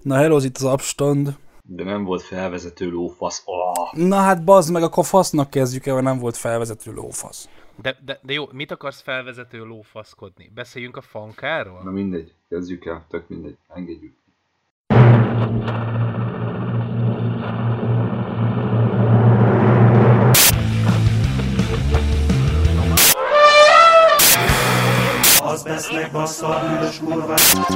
Na hello, az itt az Abstand. De nem volt felvezető lófasz. Oh. Na hát bazd meg, akkor fasznak kezdjük el, hogy nem volt felvezető lófasz. De jó, mit akarsz felvezető lófaszkodni? Beszéljünk a fankáról? Na mindegy, kezdjük el, tök mindegy, engedjük. Az besznek bassza a bűnös kurva.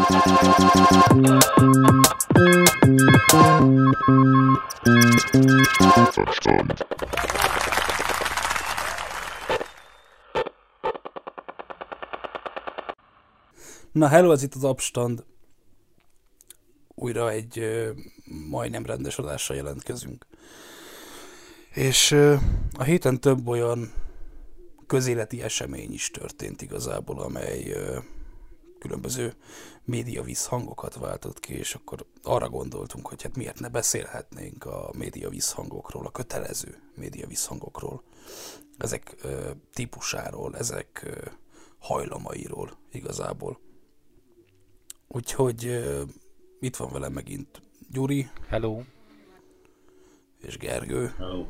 Na hello, ez itt az Abstand. Újra egy majdnem rendes adással jelentkezünk. És a héten több olyan közéleti esemény is történt igazából, amely különböző média visszhangokat váltott ki, és akkor arra gondoltunk, hogy hát miért ne beszélhetnénk a média visszhangokról, a kötelező média visszhangokról, ezek típusáról, ezek hajlamairól igazából. Úgyhogy itt van velem megint Gyuri. Hello. És Gergő. Hello.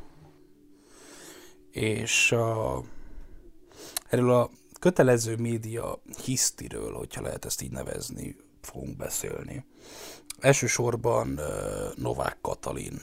És erről a kötelező média hisztiről, hogyha lehet ezt így nevezni, fogunk beszélni. Elsősorban Novák Katalin,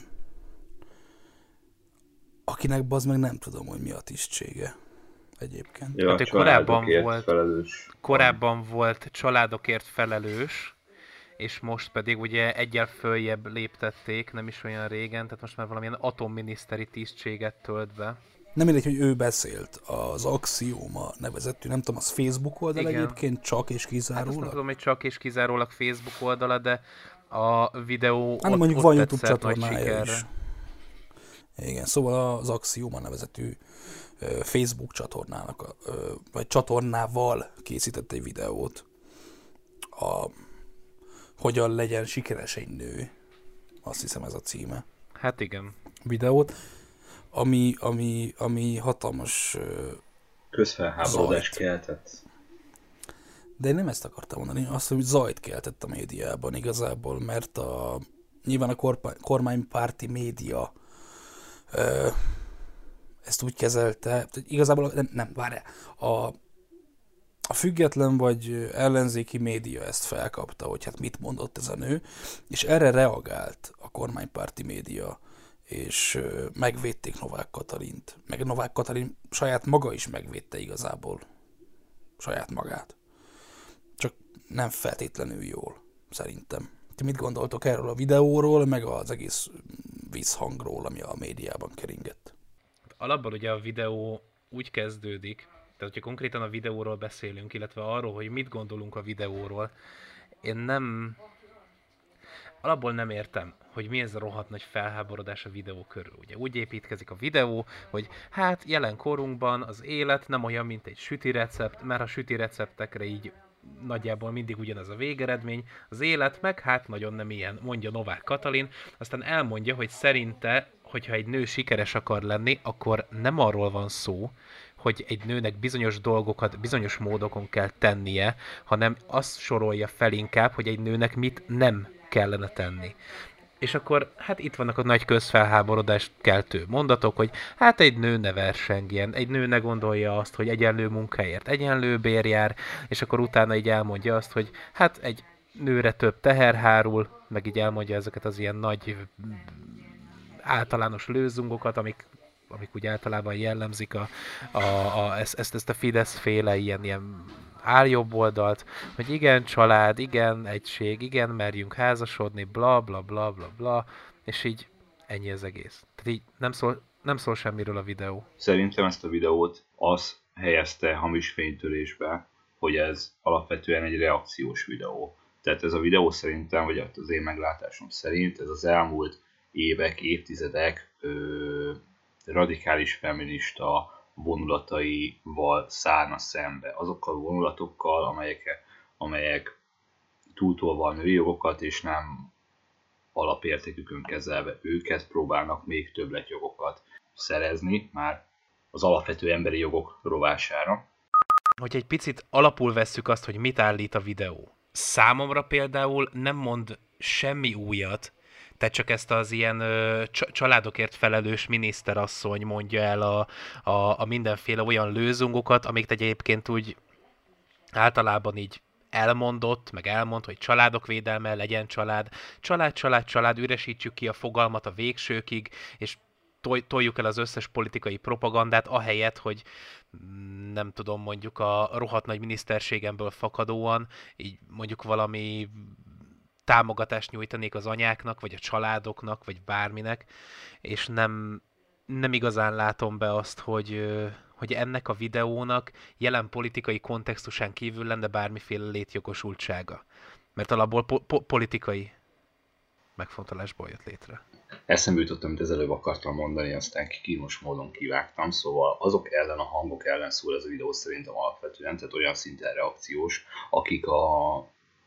akinek bazd meg nem tudom, hogy mi a tisztsége egyébként. Ja, Hát korábban volt családokért felelős, és most pedig ugye egyel följebb léptették, nem is olyan régen, tehát most már valamilyen atomminiszteri tisztséget tölt be. Nem mindegy, hogy ő beszélt az Axioma nevezetű, nem tudom, az Facebook oldal. Igen. Egyébként csak és kizárólag? Hát azt nem tudom, hogy csak és kizárólag Facebook oldala, de a videó hát, ott, mondjuk ott van YouTube tetszett nagy csatornája sikerre. is. Igen, szóval az Axioma nevezetű Facebook csatornának, vagy csatornával készített egy videót, hogyan legyen sikeres egy nő. Azt hiszem ez a címe. Hát igen. Videót, ami hatalmas közfelháborodást keltett. De én nem ezt akartam mondani, azt, hogy zajt keltett a médiában igazából, mert nyilván a kormánypárti média ezt úgy kezelte, igazából várjál, a független vagy ellenzéki média ezt felkapta, hogy hát mit mondott ez a nő, és erre reagált a kormánypárti média, és megvédték Novák Katalint. Meg Novák Katalin saját maga is megvédte igazából saját magát. Csak nem feltétlenül jól, szerintem. Ti mit gondoltok erről a videóról, meg az egész visszhangról, ami a médiában keringett? Alapból ugye a videó úgy kezdődik, tehát hogyha konkrétan a videóról beszélünk, illetve arról, hogy mit gondolunk a videóról, én alapból nem értem, hogy mi ez a rohadt nagy felháborodás a videó körül. Ugye úgy építkezik a videó, hogy hát jelen korunkban az élet nem olyan, mint egy süti recept, mert a süti receptekre így nagyjából mindig ugyanaz a végeredmény, az élet meg hát nagyon nem ilyen, mondja Novák Katalin, aztán elmondja, hogy szerinte, hogyha egy nő sikeres akar lenni, akkor nem arról van szó, hogy egy nőnek bizonyos dolgokat bizonyos módokon kell tennie, hanem azt sorolja fel inkább, hogy egy nőnek mit nem kellene tenni. És akkor hát itt vannak a nagy közfelháborodást keltő mondatok, hogy hát egy nő ne versengjen, egy nő ne gondolja azt, hogy egyenlő munkáért egyenlő bér jár, és akkor utána így elmondja azt, hogy hát egy nőre több teher hárul, meg így elmondja ezeket az ilyen nagy általános lőzungokat, amik úgy általában jellemzik ezt a Fidesz-féle ilyen áljobb oldalt, hogy igen, család, igen, egység, igen, merjünk házasodni, bla bla bla bla bla, és így ennyi az egész. Tehát így nem szól semmiről a videó. Szerintem ezt a videót az helyezte hamis fénytörésbe, hogy ez alapvetően egy reakciós videó. Tehát ez a videó szerintem, vagy az én meglátásom szerint, ez az elmúlt évek, évtizedek radikális feminista vonulataival szállna szembe. Azokkal a vonulatokkal, amelyek túltolva a női jogokat, és nem alapértékükön kezelve őket próbálnak még többletjogokat szerezni, már az alapvető emberi jogok rovására. Hogy egy picit alapul vesszük azt, hogy mit állít a videó. Számomra például nem mond semmi újat, tehát csak ezt az ilyen családokért felelős miniszterasszony mondja el a mindenféle olyan lőzungokat, amiket egyébként úgy általában így elmondott, meg elmond, hogy családok védelme, legyen család, család, üresítsük ki a fogalmat a végsőkig, és toljuk el az összes politikai propagandát, ahelyett, hogy nem tudom, mondjuk a rohadt nagy miniszterségemből fakadóan, így mondjuk valami támogatást nyújtanék az anyáknak, vagy a családoknak, vagy bárminek, és nem igazán látom be azt, hogy ennek a videónak jelen politikai kontextusán kívül lenne bármiféle létjogosultsága. Mert alapból politikai megfontolásból jött létre. Eszembe jutott, amit ezelőbb akartam mondani, aztán kínos módon kivágtam, szóval azok ellen, a hangok ellen szól ez a videó szerintem alapvetően, tehát olyan szinten reakciós, akik a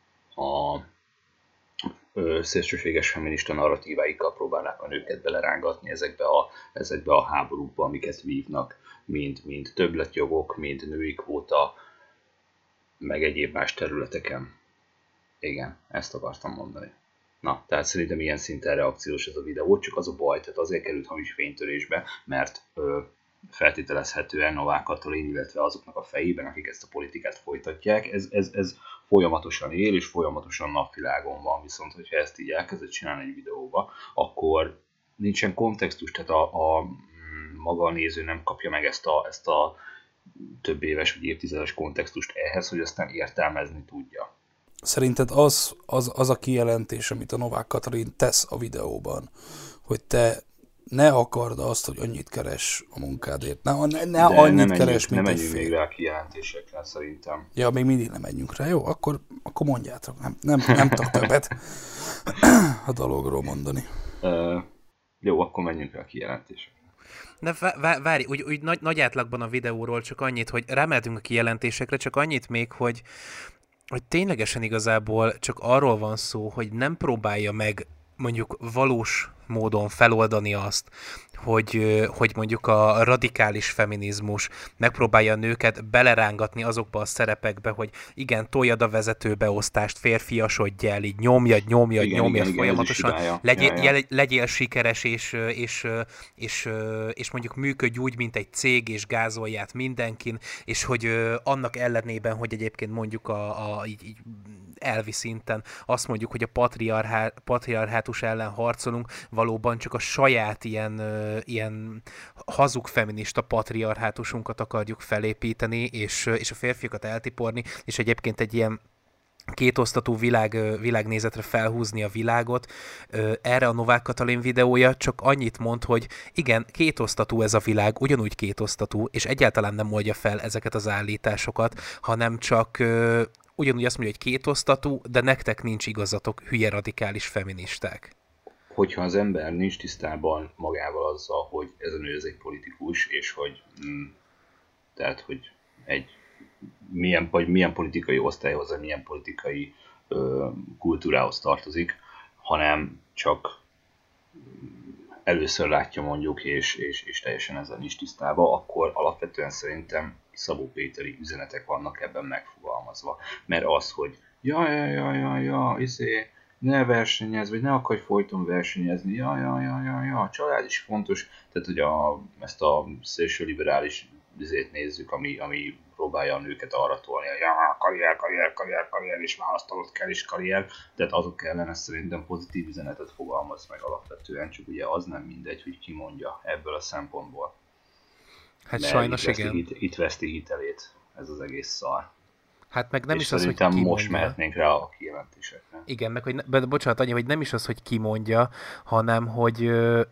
szélsőséges feminista narratíváikkal próbálnak a nőket belerángatni ezekbe a háborúkba, amiket vívnak, mint többletjogok, mint női kvóta, meg egyéb más területeken. Igen, ezt akartam mondani. Na, tehát szerintem ilyen szinten reakciós ez a videó, csak az a baj, tehát azért került hamis fénytörésbe, mert feltételezhetően Novák Katalin, illetve azoknak a fejében, akik ezt a politikát folytatják, ez folyamatosan él és folyamatosan napvilágon van, viszont hogyha ezt így elkezdett csinálni egy videóba, akkor nincsen kontextus, tehát a maga a néző nem kapja meg ezt a több éves vagy évtizedes kontextust ehhez, hogy aztán értelmezni tudja. Szerinted az a kijelentés, amit a Novák Katalin tesz a videóban, hogy te ne akard azt, hogy annyit keres a munkádért. Ne annyit keres, mint egy fél. Nem menjünk még rá a kijelentésekre, szerintem. Ja, még mindig nem menjünk rá. Jó, akkor mondjátok. Nem tudok többet a dologról mondani. Jó, akkor menjünk rá a kijelentésekre. De várj, úgy nagy átlagban a videóról csak annyit, hogy rámehetünk a kijelentésekre, csak annyit még, hogy ténylegesen igazából csak arról van szó, hogy nem próbálja meg mondjuk valós módon feloldani azt, hogy mondjuk a radikális feminizmus megpróbálja a nőket belerángatni azokba a szerepekbe, hogy igen, toljad a vezetőbeosztást, férfiasodj el, így nyomjad folyamatosan, legyél sikeres, és mondjuk működj úgy, mint egy cég, és gázolját mindenkin, és hogy annak ellenében, hogy egyébként mondjuk így elvi szinten azt mondjuk, hogy a patriarhátus ellen harcolunk, valóban csak a saját ilyen hazug feminista patriarhátusunkat akarjuk felépíteni, és a férfiakat eltiporni, és egyébként egy ilyen kétosztatú világnézetre felhúzni a világot. Erre a Novák Katalin videója csak annyit mond, hogy igen, kétosztatú ez a világ, ugyanúgy kétosztatú, és egyáltalán nem oldja fel ezeket az állításokat, hanem csak ugyanúgy azt mondja, hogy kétosztatú, de nektek nincs igazatok, hülye radikális feministák. Hogyha az ember nincs tisztában magával azzal, hogy ez a nő ez egy politikus, és hogy tehát, hogy milyen politikai osztályhoz, vagy milyen politikai kultúrához tartozik, hanem csak először látja mondjuk, és teljesen ezzel nincs tisztában, akkor alapvetően szerintem Szabó Péteri üzenetek vannak ebben megfogalmazva. Mert az, hogy ne versenyezz, vagy ne akarj folyton versenyezni, a család is fontos, tehát hogy ezt a szélső liberális üzét nézzük, ami próbálja a nőket arra tolni, hogy karrier, és választanod kell, és karrier, tehát azok ellen ezt szerintem pozitív üzenetet fogalmaz meg alapvetően, csak ugye az nem mindegy, hogy ki mondja ebből a szempontból. Hát mert sajnos igen. Itt veszti hitelét ez az egész szar. Hát meg nem és is az, hogy ki most mondja. mehetnénk rá a kijelentésekre. Igen, meg hogy, bocsánat, annyi, hogy nem is az, hogy ki mondja, hanem hogy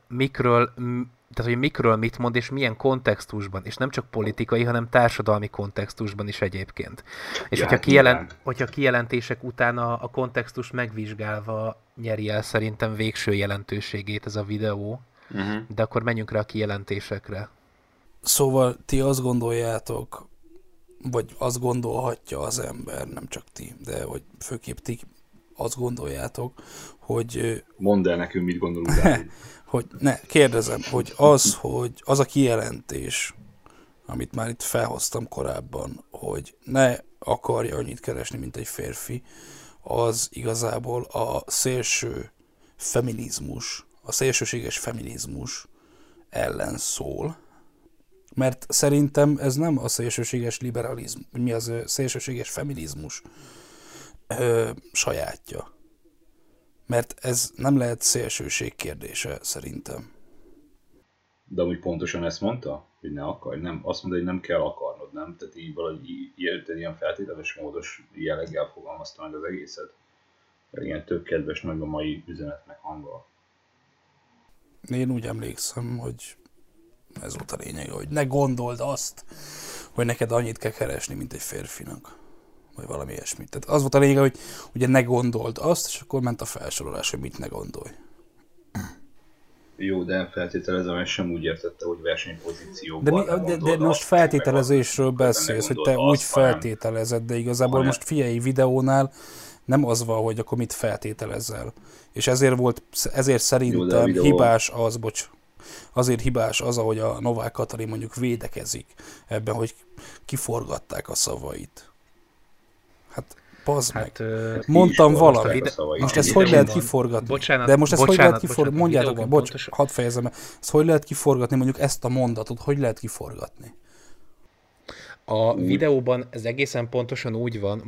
mikről mit mond, és milyen kontextusban, és nem csak politikai, hanem társadalmi kontextusban is egyébként. És hogyha kijelentések után a kontextus megvizsgálva nyeri el szerintem végső jelentőségét ez a videó, de akkor menjünk rá a kijelentésekre. Szóval ti azt gondoljátok, vagy azt gondolhatja az ember, nem csak ti, de hogy főképp ti azt gondoljátok, hogy... Mondd el nekünk, mit gondolunk rá. Kérdezem, hogy az a kijelentés, amit már itt felhoztam korábban, hogy ne akarja annyit keresni, mint egy férfi, az igazából a szélső feminizmus, a szélsőséges feminizmus ellen szól, mert szerintem ez nem a szélsőséges liberalizmus, mi az szélsőséges feminizmus sajátja. Mert ez nem lehet szélsőség kérdése, szerintem. De amúgy pontosan ezt mondta, hogy ne akarj, nem. Azt mondta, hogy nem kell akarnod, nem? Tehát így valahogy ilyen feltételes módos jelleggel fogalmazta meg az egészet. Igen, tök kedves meg a mai üzenetnek hangol. Én úgy emlékszem, hogy ez volt a lényeg, hogy ne gondold azt, hogy neked annyit kell keresni, mint egy férfinak. Vagy valami ilyesmit. Tehát az volt a lényeg, hogy ugye ne gondold azt, és akkor ment a felsorolás, hogy mit ne gondolj. Jó, de feltételezem, ezt sem úgy értette, hogy versenypozícióban. De most feltételezésről beszélsz, hogy te úgy feltételezed, de igazából most fiai videónál nem az van, hogy akkor mit feltételezel. És ezért szerintem hibás az, azért hibás az, ahogy a Novák Katalin mondjuk védekezik ebben, hogy kiforgatták a szavait. Hát, pazd meg. Mondtam valamit. Most ezt hogy lehet kiforgatni? Bocsánat, de most ezt hogy lehet kiforgatni? Mondjátok, hadd fejezem. Ezt hogy lehet kiforgatni, mondjuk ezt a mondatot, hogy lehet kiforgatni? A videóban ez egészen pontosan úgy van,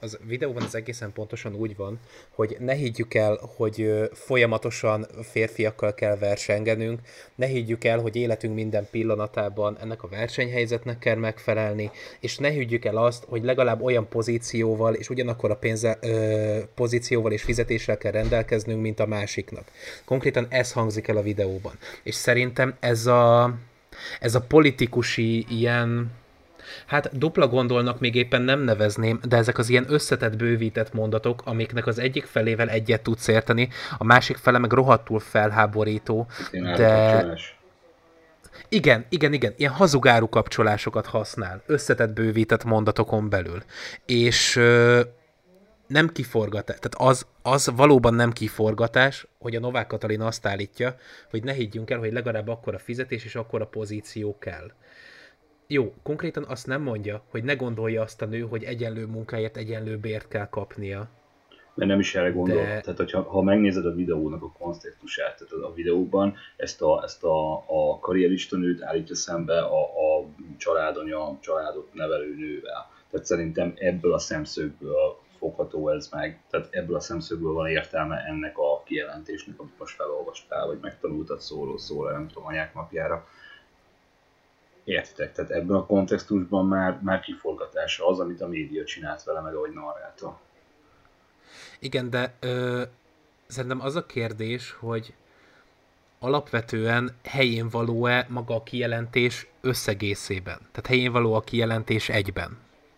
hogy ne higgyük el, hogy folyamatosan férfiakkal kell versengenünk, ne higgyük el, hogy életünk minden pillanatában ennek a versenyhelyzetnek kell megfelelni, és ne higgyük el azt, hogy legalább olyan pozícióval, és ugyanakkor a pozícióval és fizetéssel kell rendelkeznünk, mint a másiknak. Konkrétan ez hangzik el a videóban. És szerintem ez a politikusi ilyen... Hát dupla gondolnak még éppen nem nevezném, de ezek az ilyen összetett, bővített mondatok, amiknek az egyik felével egyet tudsz érteni, a másik fele meg rohadtul felháborító, de... Igen, ilyen hazugáru kapcsolásokat használ, összetett, bővített mondatokon belül. És nem kiforgatás, tehát az valóban nem kiforgatás, hogy a Novák Katalin azt állítja, hogy ne higgyünk el, hogy legalább akkora fizetés és akkora pozíció kell. Jó, konkrétan azt nem mondja, hogy ne gondolja azt a nő, hogy egyenlő munkáért egyenlő bért kell kapnia. Mert nem is erre gondol. Tehát, hogyha megnézed a videónak a kontextusát, tehát a videóban ezt a karrierista nőt állítja szembe a családot nevelő nővel. Tehát szerintem ebből a szemszögből fogható ez meg. Tehát ebből a szemszögből van értelme ennek a kijelentésnek, amit most felolvastál, vagy megtanultad szóról, nem tudom, anyák napjára. Értitek? Tehát ebben a kontextusban már kiforgatása az, amit a média csinált vele, meg ahogy narrálta. Igen, de szerintem az a kérdés, hogy alapvetően helyén való-e maga a kijelentés összegészében? Tehát helyén való a kijelentés egyben?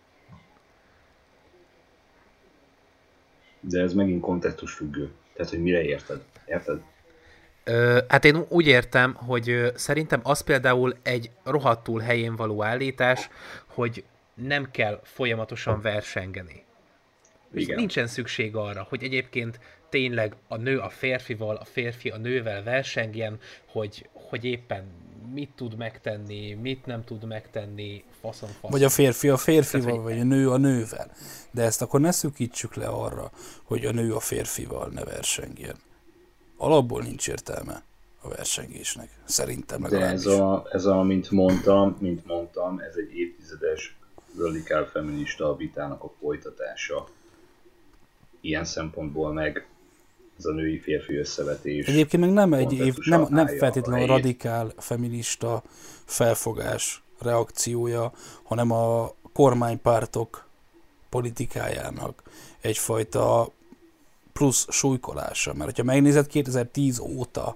De ez megint kontextus függő. Tehát, hogy mire érted? Érted? Hát én úgy értem, hogy szerintem az például egy rohadtul helyén való állítás, hogy nem kell folyamatosan versengeni. Nincsen szükség arra, hogy egyébként tényleg a nő a férfival, a férfi a nővel versengjen, hogy éppen mit tud megtenni, mit nem tud megtenni, faszom. Vagy a férfi a férfival, vagy a nő a nővel. De ezt akkor ne szűkítsük le arra, hogy a nő a férfival ne versengjen. Alapból nincs értelme a versengésnek. Szerintem legalábbis. De ez a mint mondtam, ez egy évtizedes radikál feminista vitának a folytatása. Ilyen szempontból meg ez a női-férfi összevetés. Egyébként meg nem feltétlenül a radikál feminista felfogás reakciója, hanem a kormánypártok politikájának egyfajta plusz súlykolása. Mert ha megnézed, 2010 óta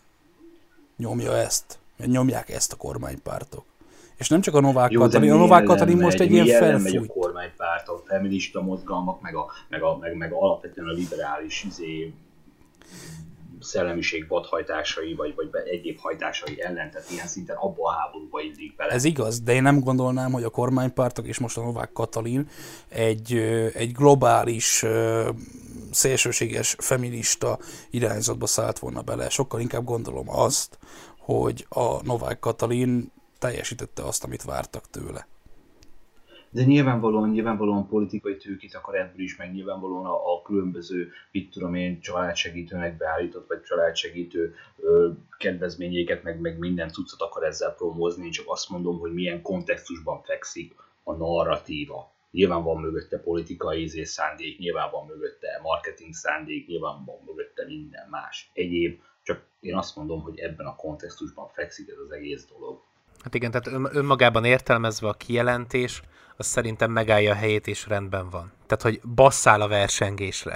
nyomják ezt a kormánypártok. És nem csak a Novák Katalin, a Novák Katalin most egy ilyen felfújt. Megy a kormánypártok, a feminista mozgalmak, meg alapvetően a liberális szellemiség vadhajtásai, vagy egyéb hajtásai ellen, tehát ilyen szinten abba a háborúba illik bele. Ez igaz, de én nem gondolnám, hogy a kormánypártok és most a Novák Katalin egy globális, szélsőséges, feminista irányzatba szállt volna bele. Sokkal inkább gondolom azt, hogy a Novák Katalin teljesítette azt, amit vártak tőle. De nyilvánvalóan politikai tőkét akar ebből is, meg nyilvánvalóan a különböző, mit tudom én, családsegítőnek beállított, vagy családsegítő kedvezményeket, meg minden cuccot akar ezzel promózni, csak azt mondom, hogy milyen kontextusban fekszik a narratíva. Nyilván van mögötte politikai szándék, nyilván van mögötte marketing szándék, nyilván van mögötte minden más egyéb, csak én azt mondom, hogy ebben a kontextusban fekszik ez az egész dolog. Hát igen, tehát önmagában értelmezve a kijelentés, az szerintem megállja a helyét és rendben van. Tehát, hogy basszál a versengésre.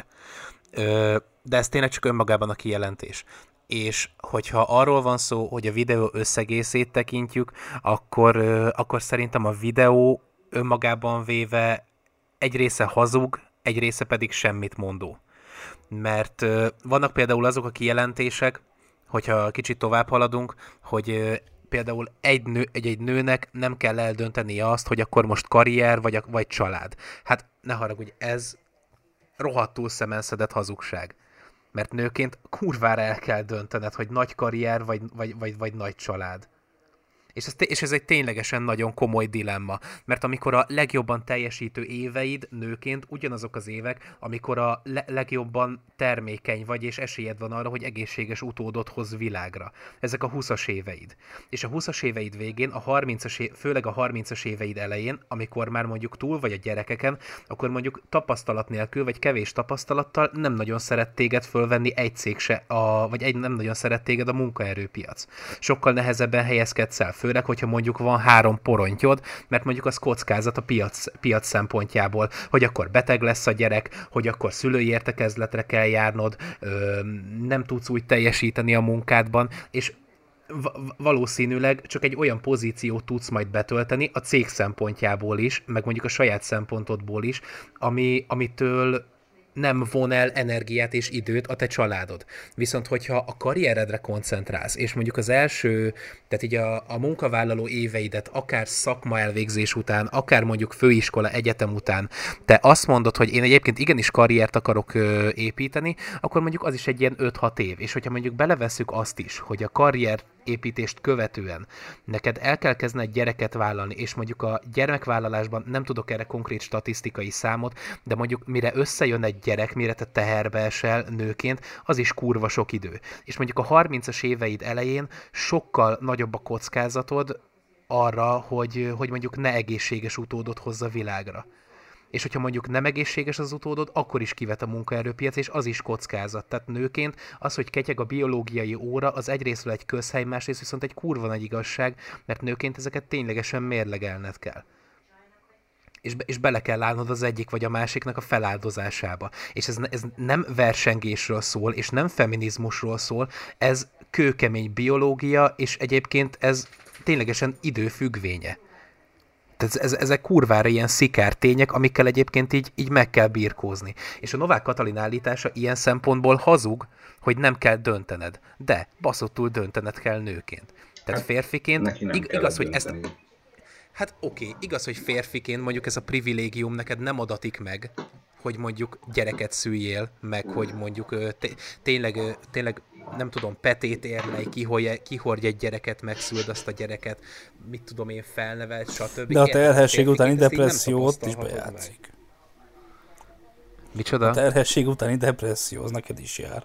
De ez tényleg csak önmagában a kijelentés. És hogyha arról van szó, hogy a videó összegészét tekintjük, akkor szerintem a videó önmagában véve egy része hazug, egy része pedig semmit mondó. Mert vannak például azok a kijelentések, hogyha kicsit tovább haladunk, hogy például egy nőnek nem kell eldöntenie azt, hogy akkor most karrier vagy család. Hát ne haragudj, ez rohadtul szemenszedett hazugság. Mert nőként kurvára el kell döntened, hogy nagy karrier vagy nagy család. És ez egy ténylegesen nagyon komoly dilemma, mert amikor a legjobban teljesítő éveid nőként ugyanazok az évek, amikor a legjobban termékeny vagy, és esélyed van arra, hogy egészséges utódot hoz világra. Ezek a 20-as éveid. És a 20-as éveid végén, főleg a 30-as éveid elején, amikor már mondjuk túl vagy a gyerekeken, akkor mondjuk tapasztalat nélkül, vagy kevés tapasztalattal nem nagyon szeret téged fölvenni egy cég se, nem nagyon szeret téged a munkaerőpiac. Sokkal nehezebben helyezkedsz el, főleg, hogyha mondjuk van 3 porontyod, mert mondjuk az kockázat a piac szempontjából, hogy akkor beteg lesz a gyerek, hogy akkor szülői értekezletre kell járnod, nem tudsz úgy teljesíteni a munkádban, és valószínűleg csak egy olyan pozíciót tudsz majd betölteni a cég szempontjából is, meg mondjuk a saját szempontodból is, amitől nem von el energiát és időt a te családod. Viszont hogyha a karrieredre koncentrálsz, és mondjuk az első, tehát így a munkavállaló éveidet, akár szakma elvégzés után, akár mondjuk főiskola, egyetem után, te azt mondod, hogy én egyébként igenis karriert akarok építeni, akkor mondjuk az is egy ilyen 5-6 év. És hogyha mondjuk belevesszük azt is, hogy a karrier építést követően neked el kell kezdened gyereket vállalni, és mondjuk a gyermekvállalásban nem tudok erre konkrét statisztikai számot, de mondjuk mire összejön egy gyerek, mire te teherbe esel nőként, az is kurva sok idő. És mondjuk a 30-as éveid elején sokkal nagyobb a kockázatod arra, hogy mondjuk ne egészséges utódot hozza világra. És hogyha mondjuk nem egészséges az utódod, akkor is kivet a munkaerőpiac, és az is kockázat. Tehát nőként az, hogy ketyeg a biológiai óra, az egyrésztről egy közhely, másrészt viszont egy kurva nagy igazság, mert nőként ezeket ténylegesen mérlegelned kell. És bele kell állnod az egyik vagy a másiknak a feláldozásába. És ez nem versengésről szól, és nem feminizmusról szól, ez kőkemény biológia, és egyébként ez ténylegesen időfüggvénye. Tehát ezek kurvára ilyen szikártények, amikkel egyébként így meg kell birkózni. És a Novák Katalin állítása ilyen szempontból hazug, hogy nem kell döntened. De baszottul döntened kell nőként. Tehát férfiként igaz, hogy ezt... Hát oké, igaz, hogy férfiként mondjuk ez a privilégium neked nem adatik meg, hogy mondjuk gyereket szüljél, meg hogy mondjuk tényleg nem tudom, petét érlej, kihordj egy gyereket, megszüld azt a gyereket, mit tudom én, felnevelt, stb. De a terhesség utáni depresszió ott is bejátszik. Micsoda? A terhesség utáni depresszió, az neked is jár.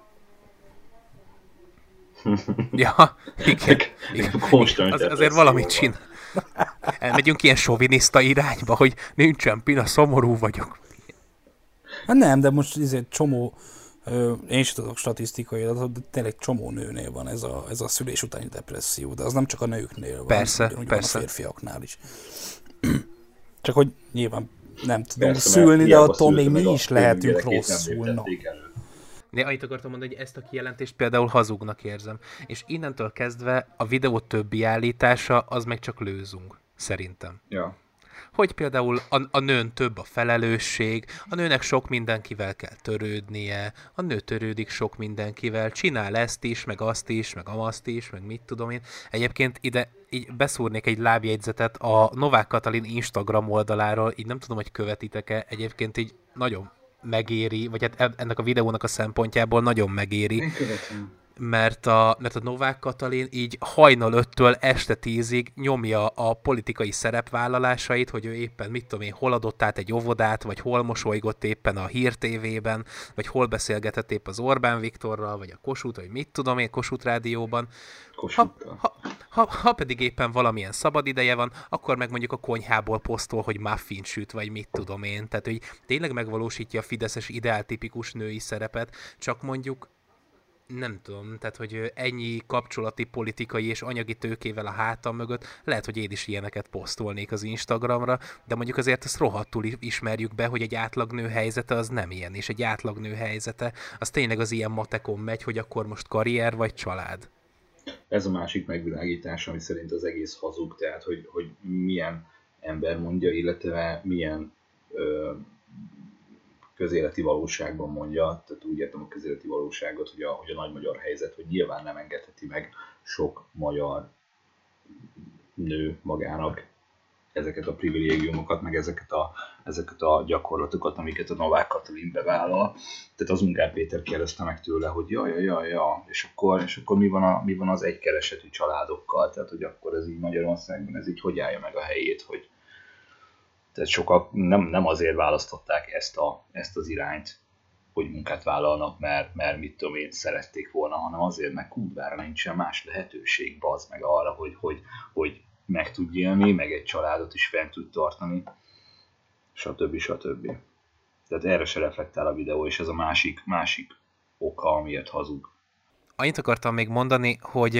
Ja, igen. Azért valamit csinál. Elmegyünk ilyen soviniszta irányba, hogy nincsen pina, szomorú vagyok. Hát nem, de most csomó, én is tudok statisztikai adatot, de tényleg csomó nőnél van ez a szülés utáni depresszió, de az nem csak a nőknél van, persze. Van a férfiaknál is. Csak hogy nyilván nem tudom persze, szülni, de attól még mi is lehetünk rosszul. De annyit akartam mondani, hogy ezt a kijelentést például hazugnak érzem. És innentől kezdve a videó többi állítása az meg csak lőzünk, szerintem. Ja. Hogy például a nőn több a felelősség, a nőnek sok mindenkivel kell törődnie, a nő törődik sok mindenkivel, csinál ezt is, meg azt is, meg amazt is, meg mit tudom én. Egyébként ide így beszúrnék egy lábjegyzetet a Novák Katalin Instagram oldaláról, így nem tudom, hogy követitek-e, egyébként így nagyon megéri, vagy hát ennek a videónak a szempontjából nagyon megéri. mert a Novák Katalin így hajnal 5-től este 10-ig nyomja a politikai szerepvállalásait, hogy ő éppen, mit tudom én, hol adott át egy óvodát, vagy hol mosolygott éppen a Hír TV-ben, vagy hol beszélgetett épp az Orbán Viktorral, vagy a Kossuth, vagy mit tudom én, Kossuth Rádióban. Ha pedig éppen valamilyen szabad ideje van, akkor meg mondjuk a konyhából posztol, hogy muffin süt, vagy mit tudom én. Tehát, hogy tényleg megvalósítja a fideszes ideáltipikus női szerepet, csak mondjuk nem tudom, tehát, hogy ennyi kapcsolati, politikai és anyagi tőkével a hátam mögött, lehet, hogy én is ilyeneket posztolnék az Instagramra, de mondjuk azért ezt rohadtul ismerjük be, hogy egy átlagnő helyzete az nem ilyen, és egy átlagnő helyzete az tényleg az ilyen matekon megy, hogy akkor most karrier vagy család. Ez a másik megvilágítás, ami szerint az egész hazug, tehát hogy milyen ember mondja, illetve milyen közéleti valóságban mondja, tehát úgy értem a közéleti valóságot, hogy a nagy magyar helyzet, hogy nyilván nem engedheti meg sok magyar nő magának ezeket a privilégiumokat, meg ezeket a gyakorlatokat, amiket a Novák Katalin bevállal. Tehát az Ungár Péter kérdezte meg tőle, hogy ja, és akkor mi van az egykeresetű családokkal, tehát hogy akkor ez így Magyarországban, ez így hogy állja meg a helyét, hogy tehát sokan nem azért választották ezt az irányt, hogy munkát vállalnak, mert mit tudom én, szerették volna, hanem azért, mert kurvára nincsen más lehetőség, bazd meg arra, hogy meg tud élni, meg egy családot is fent tud tartani, stb. Tehát erre se reflektál a videó, és ez a másik oka, amiért hazug. Annyit akartam még mondani, hogy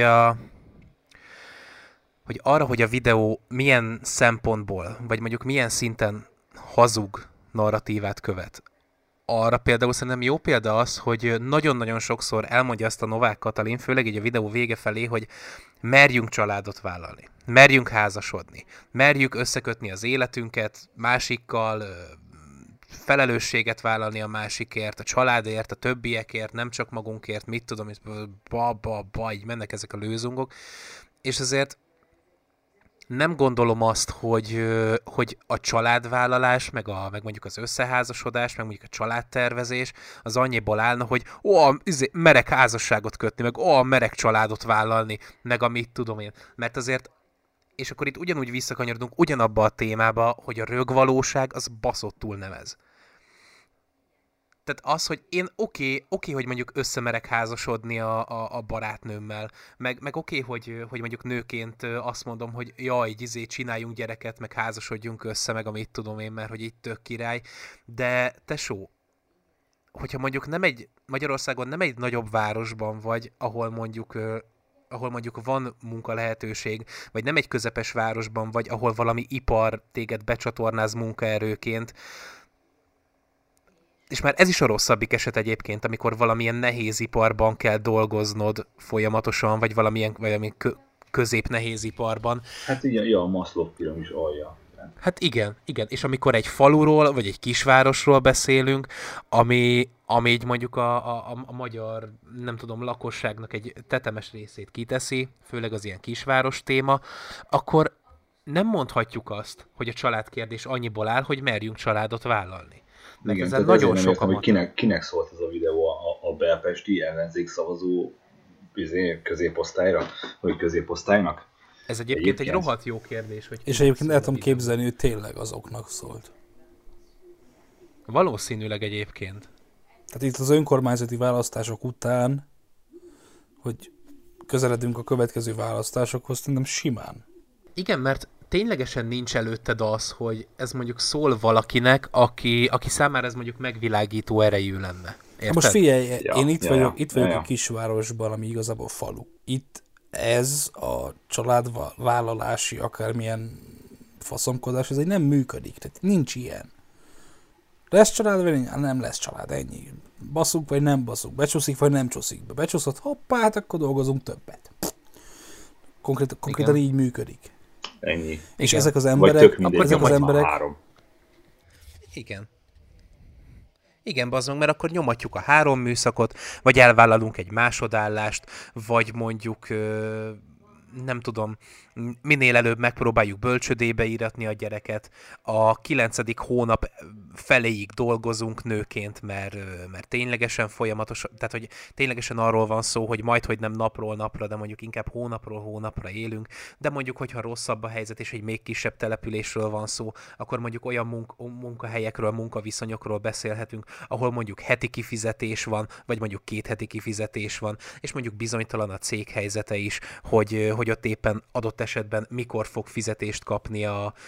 arra, hogy a videó milyen szempontból, vagy mondjuk milyen szinten hazug narratívát követ. Arra például szerintem jó példa az, hogy nagyon-nagyon sokszor elmondja azt a Novák Katalin, főleg így a videó vége felé, hogy merjünk családot vállalni, merjünk házasodni, merjük összekötni az életünket másikkal, felelősséget vállalni a másikért, a családért, a többiekért, nem csak magunkért, mit tudom, így mennek ezek a lőzungok, és azért nem gondolom azt, hogy a családvállalás, meg mondjuk az összeházasodás, meg mondjuk a családtervezés az annyiból állna, hogy merek házasságot kötni, meg merek családot vállalni, meg amit tudom én. Mert azért, és akkor itt ugyanúgy visszakanyarodunk ugyanabba a témába, hogy a rögvalóság az baszottul nem ez. Tehát az, hogy én oké, hogy mondjuk összemerek házasodni a barátnőmmel, meg oké, hogy mondjuk nőként azt mondom, hogy jaj, csináljunk gyereket, meg házasodjunk össze, meg amit tudom én, mert hogy itt tök király, de tesó, hogyha mondjuk Magyarországon nem egy nagyobb városban vagy, ahol mondjuk van munkalehetőség, vagy nem egy közepes városban vagy, ahol valami ipar téged becsatornáz munkaerőként, és már ez is a rosszabbik eset egyébként, amikor valamilyen nehéz iparban kell dolgoznod folyamatosan, vagy valami közép-nehéz iparban. Hát igen, a Maslow piramis alja. Hát igen, és amikor egy faluról, vagy egy kisvárosról beszélünk, ami így mondjuk a magyar, nem tudom, lakosságnak egy tetemes részét kiteszi, főleg az ilyen kisváros téma, akkor nem mondhatjuk azt, hogy a családkérdés annyiból áll, hogy merjünk családot vállalni. Mert igen, ezen nagyon sokan hogy kinek szólt ez a videó, a belpesti ellenzék szavazó középosztályra, vagy középosztálynak? Ez egyébként egy rohadt jó kérdés. Hogy és egyébként el tudom képzelni, hogy tényleg azoknak szólt. Valószínűleg egyébként. Tehát itt az önkormányzati választások után, hogy közeledünk a következő választásokhoz, szerintem simán. Igen, mert ténylegesen nincs előtted az, hogy ez mondjuk szól valakinek, aki számára ez mondjuk megvilágító erejű lenne. Érted? Most figyelj, én itt vagyok a kisvárosban, ami igazából falu. Itt ez a családvállalási akármilyen faszomkodás, ez egy nem működik, tehát nincs ilyen. Lesz család, vagy nem lesz család, ennyi. Baszunk, vagy nem baszunk, becsúszik, vagy nem csúszik be. Becsúszott, hoppá, hát akkor dolgozunk többet. Konkrétan így működik. Ennyi. És igen. ezek az emberek, Igen. Igen, bazdmeg, mert akkor nyomatjuk a 3 műszakot, vagy elvállalunk egy másodállást, vagy mondjuk, nem tudom, minél előbb megpróbáljuk bölcsödébe íratni a gyereket, a 9. hónap feléig dolgozunk nőként, mert ténylegesen folyamatos, tehát hogy ténylegesen arról van szó, hogy majdhogy nem napról napra, de mondjuk inkább hónapról hónapra élünk, de mondjuk, hogyha rosszabb a helyzet és egy még kisebb településről van szó, akkor mondjuk olyan munkahelyekről, munkaviszonyokról beszélhetünk, ahol mondjuk heti kifizetés van, vagy mondjuk 2 heti kifizetés van, és mondjuk bizonytalan a cég helyzete is, hogy ott éppen adott esetben mikor fog fizetést kapni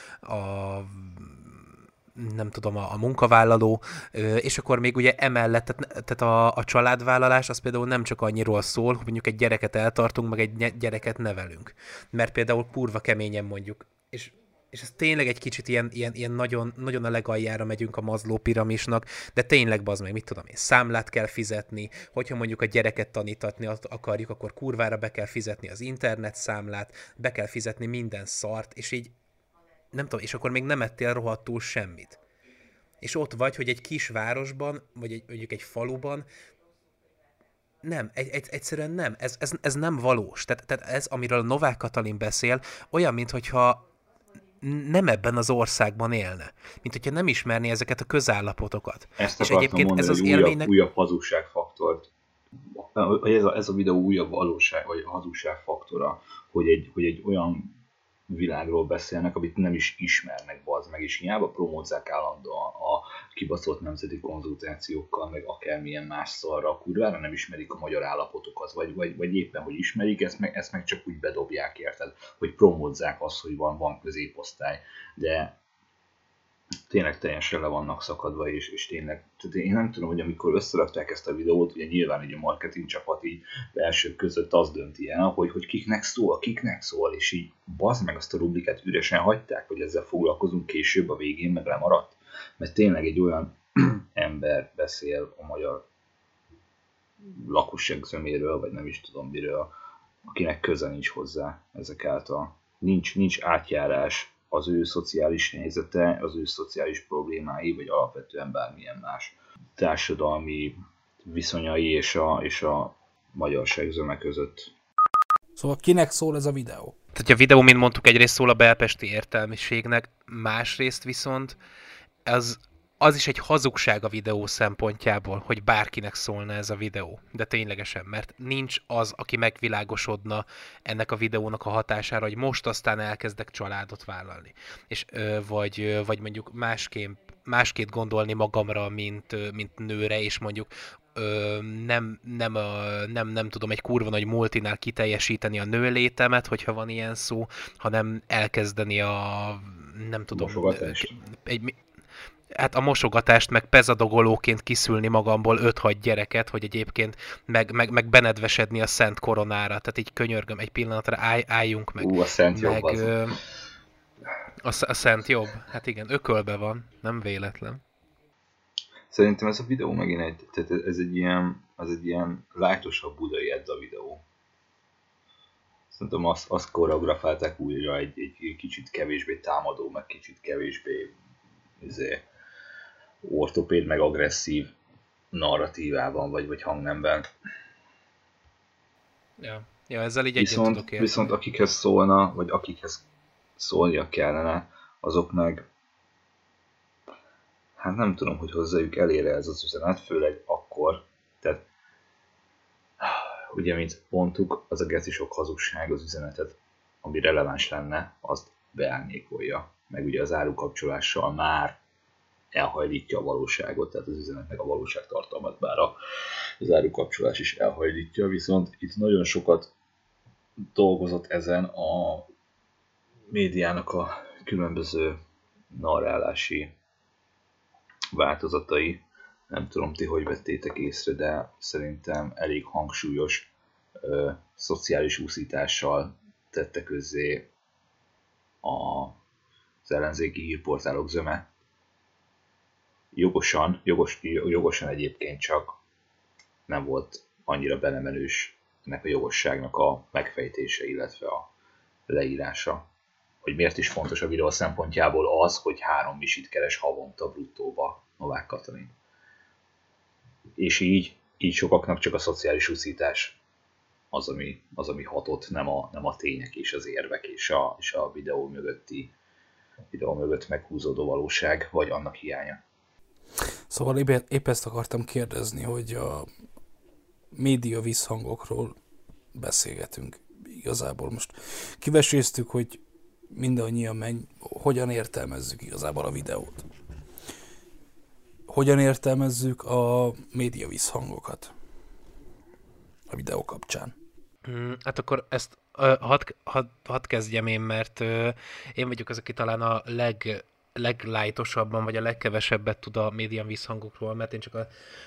nem tudom, a munkavállaló, és akkor még ugye emellett, tehát a családvállalás az például nem csak annyiról szól, hogy mondjuk egy gyereket eltartunk, meg egy gyereket nevelünk. Mert például kurva keményen mondjuk, és ez tényleg egy kicsit ilyen nagyon, nagyon a legaljára megyünk a Maslow piramisnak, de tényleg bazd meg, mit tudom én, számlát kell fizetni, hogyha mondjuk a gyereket tanítatni akarjuk, akkor kurvára be kell fizetni az internet számlát, be kell fizetni minden szart, és így nem tudom, és akkor még nem ettél rohadtul semmit. És ott vagy, hogy egy kis városban, vagy mondjuk egy faluban, nem, egyszerűen nem, ez nem valós. Tehát ez, amiről Novák Katalin beszél, olyan, minthogyha nem ebben az országban élne. Mint hogyha nem ismerné ezeket a közállapotokat. Ezt és akartam egyébként mondani, ez az hogy élménynek... újabb hazugságfaktort. Ez a videó újabb valóság, vagy hazugságfaktora, hogy egy olyan világról beszélnek, amit nem is ismernek, bazd meg, és hiába promózzák állandóan a kibaszott nemzeti konzultációkkal, meg akármilyen más szarra, kurvára nem ismerik a magyar állapotokat, vagy éppen, hogy ismerik, ezt meg csak úgy bedobják, érted, hogy promózzák azt, hogy van középosztály, de tényleg teljesen le vannak szakadva, és tényleg, tehát én nem tudom, hogy amikor összerakták ezt a videót, ugye nyilván így a marketing csapat így belsők között az dönti el, hogy kiknek szól, és így bazd meg azt a rublikát üresen hagyták, hogy ezzel foglalkozunk később, a végén meg lemaradt. Mert tényleg egy olyan ember beszél a magyar lakosság zöméről, vagy nem is tudom miről, akinek köze nincs hozzá ezek által. Nincs átjárás az ő szociális helyzete, az ő szociális problémái, vagy alapvetően bármilyen más társadalmi viszonyai és a magyarság zöme között. Szóval kinek szól ez a videó? Tehát a videó, mint mondtuk, egyrészt szól a belpesti értelmiségnek, másrészt viszont az is egy hazugság a videó szempontjából, hogy bárkinek szólna ez a videó. De ténylegesen, mert nincs az, aki megvilágosodna ennek a videónak a hatására, hogy most aztán elkezdek családot vállalni. És vagy mondjuk másképp gondolni magamra, mint nőre, és mondjuk nem tudom, egy kurva nagy multinál kiteljesíteni a nőlétemet, hogyha van ilyen szó, hanem elkezdeni nem tudom, hát a mosogatást, meg pezadogolóként kiszülni magamból 5-6 gyereket, hogy egyébként meg benedvesedni a Szent Koronára. Tehát így könyörgöm, egy pillanatra álljunk meg. A Szent jobb az. A Szent jobb? Hát igen, ökölbe van, nem véletlen. Szerintem ez a videó megint tehát ez egy ilyen lájtosabb budai Edda videó. Szerintem azt koreografálták újra egy kicsit kevésbé támadó, meg kicsit kevésbé ortopéd, meg agresszív narratívában, vagy hangnemben. Ja, ezzel így egyet tudok érteni. Viszont akikhez szólna, vagy akikhez szólnia kellene, azok meg hát nem tudom, hogy hozzájuk elére ez az üzenet, főleg akkor, tehát ugye, mint mondtuk, az a geci sok hazugság az üzenetet, ami releváns lenne, azt beárnyékolja. Meg ugye az árukapcsolással már elhajlítja a valóságot, tehát az üzenetnek a valóságtartalmat, bár az árukapcsolás is elhajlítja, viszont itt nagyon sokat dolgozott ezen a médiának a különböző narrálási változatai. Nem tudom, ti hogy vettétek észre, de szerintem elég hangsúlyos szociális úszítással tette közzé az ellenzéki hírportálok zöme. Jogosan egyébként, csak nem volt annyira belemenős ennek a jogosságnak a megfejtése, illetve a leírása. Hogy miért is fontos a videó szempontjából az, hogy 3 misit keres havonta bruttóba Novák Katalin. És így sokaknak csak a szociális úszítás az, ami hatott, nem a tények és az érvek és a videó mögött meghúzódó valóság, vagy annak hiánya. Szóval épp ezt akartam kérdezni, hogy a média visszhangokról beszélgetünk. Igazából most kiveséztük, hogy mindannyian hogyan értelmezzük igazából a videót. Hogyan értelmezzük a média visszhangokat a videó kapcsán. Hát akkor ezt hadd kezdjem én, mert én vagyok az, aki talán a leglájtosabban, vagy a legkevesebbet tud a média visszhangokról, mert én csak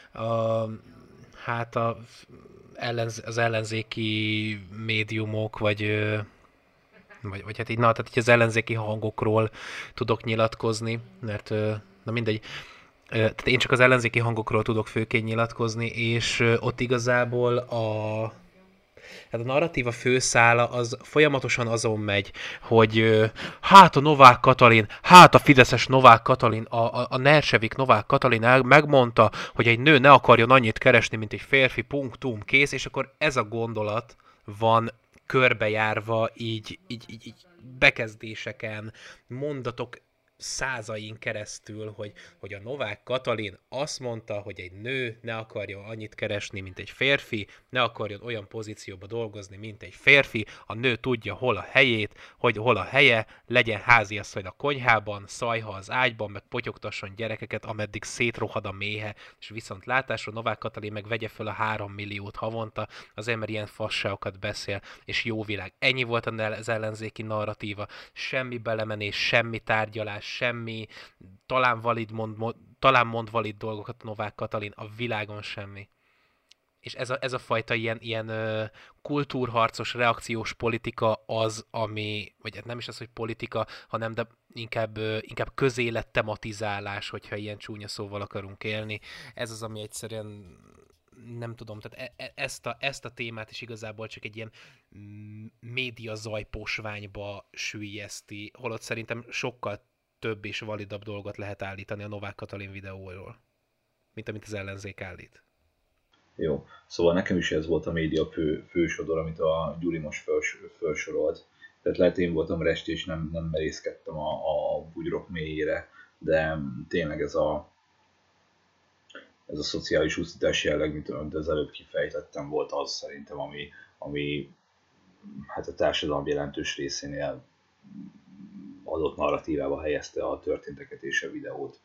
az ellenzéki médiumok, vagy hát így, tehát így az ellenzéki hangokról tudok nyilatkozni, mert na mindegy. Tehát én csak az ellenzéki hangokról tudok főként nyilatkozni, és ott igazából a narratíva főszála az folyamatosan azon megy, hogy hát a Novák Katalin, hát a fideszes Novák Katalin, a Nersevik Novák Katalin megmondta, hogy egy nő ne akarjon annyit keresni, mint egy férfi, punktum, kész, és akkor ez a gondolat van körbejárva így bekezdéseken, mondatok százain keresztül, hogy a Novák Katalin azt mondta, hogy egy nő ne akarjon annyit keresni, mint egy férfi, ne akarjon olyan pozícióba dolgozni, mint egy férfi, a nő tudja, hol a helyét, hogy hol a helye, legyen háziasszony a konyhában, szajha az ágyban, meg potyogtasson gyerekeket, ameddig szétrohad a méhe, és viszont látásra Novák Katalin meg vegye föl a 3 milliót havonta, azért mert ilyen fasságokat beszél, és jó világ. Ennyi volt az ellenzéki narratíva, semmi belemenés, semmi tárgyalás, semmi, talán mond valid dolgokat Novák Katalin, a világon semmi. És ez a fajta ilyen kultúrharcos, reakciós politika az, ami, vagy hát nem is az, hogy politika, hanem de inkább közélet tematizálás, hogyha ilyen csúnya szóval akarunk élni. Ez az, ami egyszerűen nem tudom, tehát ezt a témát is igazából csak egy ilyen média zajposványba süllyeszti, holott szerintem sokkal több és validabb dolgot lehet állítani a Novák Katalin videóról, mint amit az ellenzék állít. Jó, szóval nekem is ez volt a média fősodor, amit a Gyuri most felsorolt. Tehát lehet én voltam rest, és nem merészkedtem a bugyrok mélyére, de tényleg ez a szociális úszítás jelleg, mint az előbb kifejtettem, volt az szerintem, ami hát a társadalom jelentős részénél adott narratívába helyezte a történteket és a videót.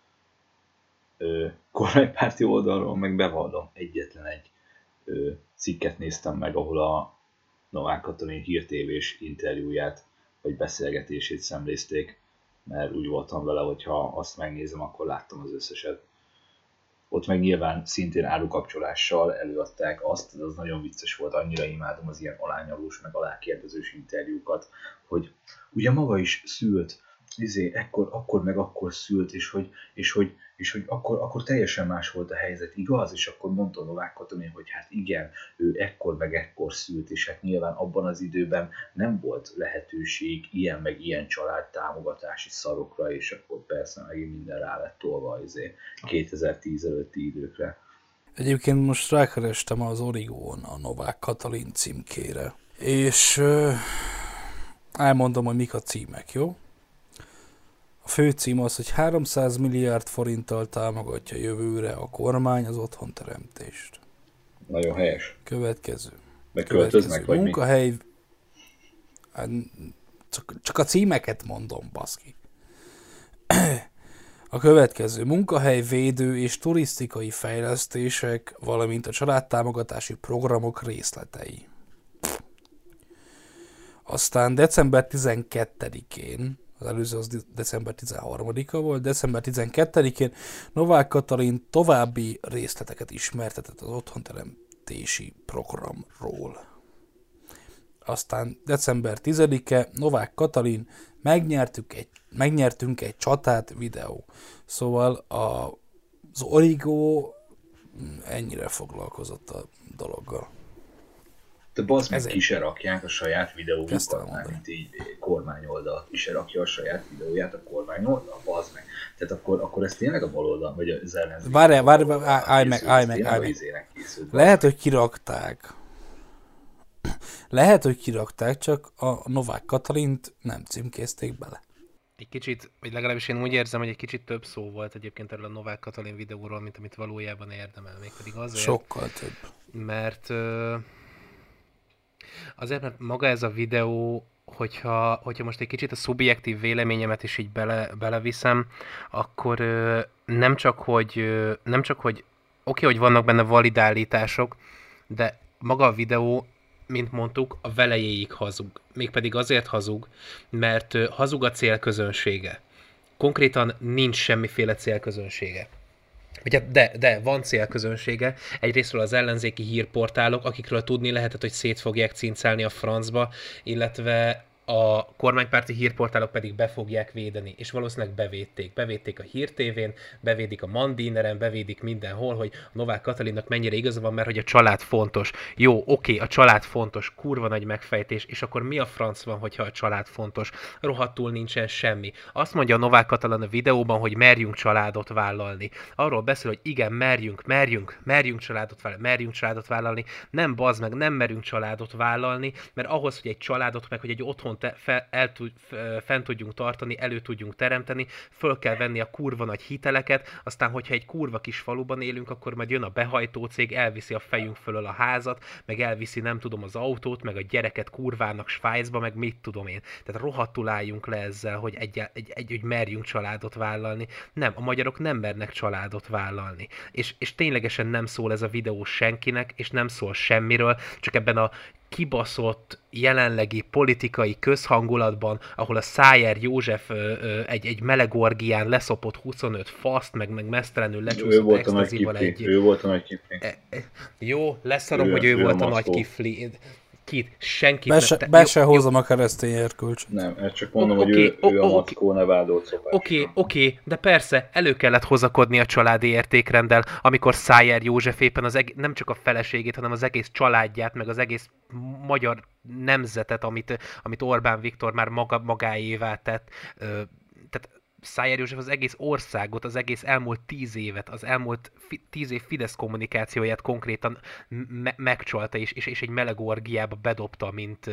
Kormánypárti oldalról meg bevallom, egyetlen egy cikket néztem meg, ahol a Novák Katalin hírtévés interjúját vagy beszélgetését szemlézték, mert úgy voltam vele, hogy ha azt megnézem, akkor láttam az összeset. Ott meg nyilván szintén árukapcsolással előadták azt, de az nagyon vicces volt, annyira imádom az ilyen alányalós, meg alákérdezős interjúkat, hogy ugye maga is szült, akkor szült, és hogy akkor teljesen más volt a helyzet, igaz? És akkor mondta Novák Katalin, hogy hát igen, ő ekkor szült, és hát nyilván abban az időben nem volt lehetőség ilyen meg ilyen családtámogatási szarokra, és akkor persze megint minden rá lett tolva 2010 előtti időkre. Egyébként most rákerestem az Origón a Novák Katalin címkére, és elmondom, hogy mik a címek, jó? A főcím az, hogy 300 milliárd forinttal támogatja jövőre a kormány az otthonteremtést. Nagyon helyes. Következő. Megköltöznek, vagy munkahely... Csak a címeket mondom, baszki. A következő. Munkahelyvédő és turisztikai fejlesztések, valamint a családtámogatási programok részletei. Aztán december 12-én, az előző az december 13-a volt, december 12-én Novák Katalin további részleteket ismertetett az otthonteremtési programról. Aztán december 10-e Novák Katalin megnyertünk egy csatát videó. Szóval az Origo ennyire foglalkozott a dologgal. De bazd meg, ki se rakják a saját videójukat, mint így kormányoldal, ki se rakja a saját videóját a kormányoldal, bazd meg. Tehát akkor ez tényleg a baloldal, vagy az ellenzék. Várj meg. Lehet, hogy kirakták. Lehet, hogy kirakták, csak a Novák Katalint nem címkézték bele. Egy kicsit, vagy legalábbis én úgy érzem, hogy egy kicsit több szó volt egyébként erről a Novák Katalin videóról, mint amit valójában érdemel. Mégpedig azért, Sokkal több. mert mert maga ez a videó, hogyha most egy kicsit a szubjektív véleményemet is így beleviszem, akkor nem csak, hogy oké, hogy vannak benne valid állítások, de maga a videó, mint mondtuk, a velejéig hazug. Mégpedig azért hazug, mert hazug a célközönsége. Konkrétan nincs semmiféle célközönsége. Ugye, de van célközönsége. Egyrésztről az ellenzéki hírportálok, akikről tudni lehetett, hogy szét fogják cincálni a francba, illetve a kormánypárti hírportálok pedig be fogják védeni, és valószínűleg bevédték. Bevédték a Hír TV-n, bevédik a Mandineren, bevédik mindenhol, hogy a Novák Katalinnak mennyire igaza van, mert hogy a család fontos. Jó, oké, a család fontos, kurva nagy megfejtés, és akkor mi a franc van, hogyha a család fontos? Rohadtul nincsen semmi. Azt mondja a Novák Katalin a videóban, hogy merjünk családot vállalni. Arról beszél, hogy igen, merjünk családot vállalni. Nem, bazd meg, nem merünk családot vállalni, mert ahhoz, hogy egy családot, meg hogy egy otthon fent tudjunk tartani, elő tudjunk teremteni, föl kell venni a kurva nagy hiteleket, aztán hogyha egy kurva kis faluban élünk, akkor majd jön a behajtócég, elviszi a fejünk fölől a házat, meg elviszi nem tudom az autót, meg a gyereket kurvának Svájcba, meg mit tudom én. Tehát rohadtul álljunk le ezzel, hogy hogy merjünk családot vállalni. Nem, a magyarok nem mernek családot vállalni. És ténylegesen nem szól ez a videó senkinek, és nem szól semmiről, csak ebben a kibaszott jelenlegi politikai közhangulatban, ahol a Szájer József egy meleg orgián leszopott 25 faszt, meg mesztelenül lecsúszott extazival egy... Ő volt a nagy kifli. Jó, leszarom, hogy ő volt a nagy kifli. Senkit... Be se hozom a keresztény erkölcsöt. Nem, ezt csak mondom, hogy ő a Mackó nevádolt szopás. Oké, de persze, elő kellett hozakodni a családi értékrenddel, amikor Szájer József éppen nem csak a feleségét, hanem az egész családját, meg az egész magyar nemzetet, amit Orbán Viktor már magáévá tett, tehát Szájer József az egész országot, az egész elmúlt 10 évet, az elmúlt 10 év Fidesz kommunikációját konkrétan megcsalta, és egy meleg orgiába bedobta, mint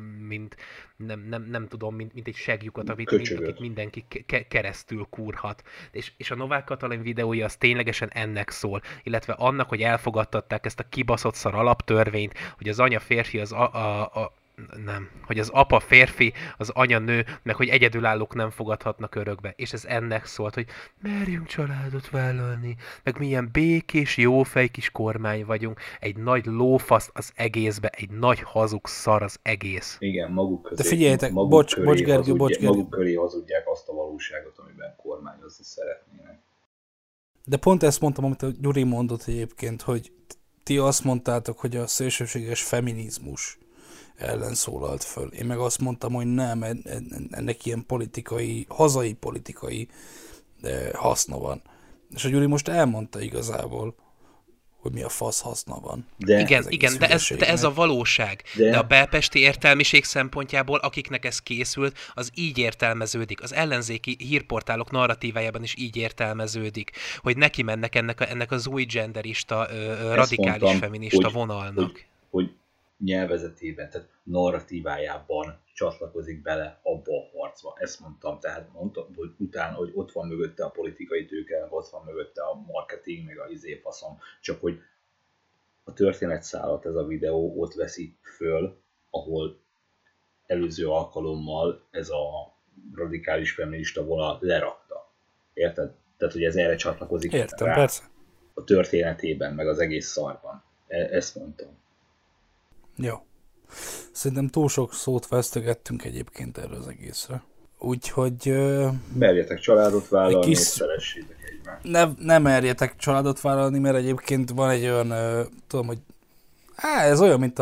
nem tudom, mint egy segjukat, amit mindenki keresztül kúrhat. És a Novák Katalin videója az ténylegesen ennek szól, illetve annak, hogy elfogadtatták ezt a kibaszott szar alaptörvényt, hogy az anya férfi, hogy az apa férfi, az anya nő, meg hogy egyedülállók nem fogadhatnak örökbe. És ez ennek szólt, hogy merjünk családot vállalni, meg milyen békés, jófej kis kormány vagyunk. Egy nagy lófasz az egészbe, egy nagy hazug szar az egész. Igen, maguk közé. De figyeljetek, bocs Gergő. Maguk köré hazudják azt a valóságot, amiben kormányozni szeretnének. De pont ezt mondtam, amit a Gyuri mondott egyébként, hogy ti azt mondtátok, hogy a szélsőséges feminizmus ellen szólalt föl. Én meg azt mondtam, hogy nem, ennek ilyen hazai politikai haszna van. És a Gyuri most elmondta igazából, hogy mi a fasz haszna van. Igen, de ez a valóság. De a belpesti értelmiség szempontjából, akiknek ez készült, az így értelmeződik. Az ellenzéki hírportálok narratívájában is így értelmeződik, hogy neki mennek ennek az új genderista, radikális mondtam, feminista vonalnak. Hogy nyelvezetében, tehát narratívájában csatlakozik bele abba a harcba. Ezt mondtam, tehát mondtam, hogy utána, hogy ott van mögötte a politikai tőke, ott van mögötte a marketing, meg a izéfaszom, csak hogy a történetszálat ez a videó ott veszi föl, ahol előző alkalommal ez a radikális feminista vonal lerakta. Érted? Tehát, hogy ez erre csatlakozik. Értem, persze. A történetében, meg az egész szarban. Ezt mondtam. Jó. Szerintem túl sok szót vesztegettünk egyébként erre az egészre. Úgyhogy... merjetek családot vállalni, és szeressétek egymást. Ne merjetek családot vállalni, mert egyébként van egy olyan, tudom, hogy ez olyan, mint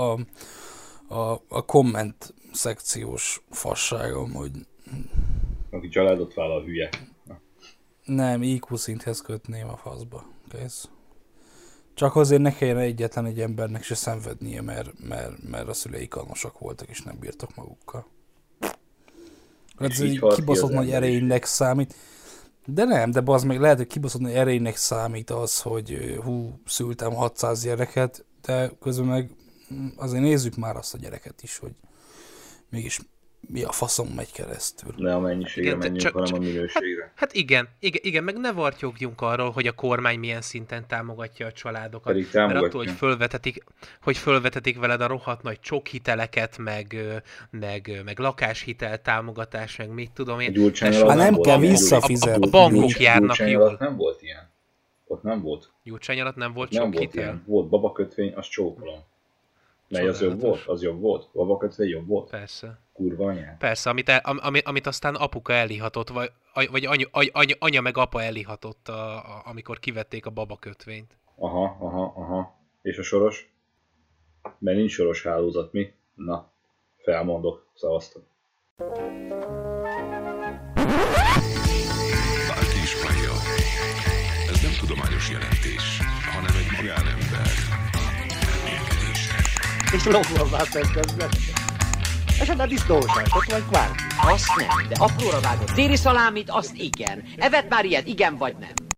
a komment szekciós fasságom, hogy... Aki családot vállal, hülye. Nem, IQ szinthez kötném a faszba. Kész. Csak azért ne kelljen egyetlen egy embernek se szenvednie, mert a szülei kalmosak voltak, és nem bírtak magukkal. Ez egy kibaszott nagy erejének számít. De bazd meg, lehet, hogy kibaszott nagy erejének számít az, hogy szültem 600 gyereket, de közben meg azért nézzük már azt a gyereket is, hogy mégis mi a faszom megy keresztül. Ne a mennyiségre menjünk, hanem a minőségre. Hát igen, meg ne vartyogjunk arról, hogy a kormány milyen szinten támogatja a családokat. Pedig támogatja. Mert attól, hogy fölvetetik veled a rohadt nagy csokhiteleket, meg lakáshitel támogatás, meg mit tudom én. Hát nem kell visszafizetni. A bankok járnak jól. Nem volt ilyen. Ott nem volt. Gyurcsány alatt nem volt Nem volt csokhitel? ilyen. Volt babakötvény, az csókolom. Mely az jobb volt? Az jobb volt? Babakötvény jobb volt? Persze. Kurva anyád. Persze, amit aztán apuka elihatott, vagy anya meg apa elihatott, amikor kivették a babakötvényt. Aha. És a soros? Mert nincs soros hálózat, mi? Na, felmondok, szavaztok. Bárki is hallja. Ez nem tudományos jelentés, hanem egy magánember elmélkedése. És lopva közben. Esetleg disznósat, ott vagy kvárti. Azt nem, de apróra vágott téli szalámit, azt igen. Evet már ilyet, igen vagy nem?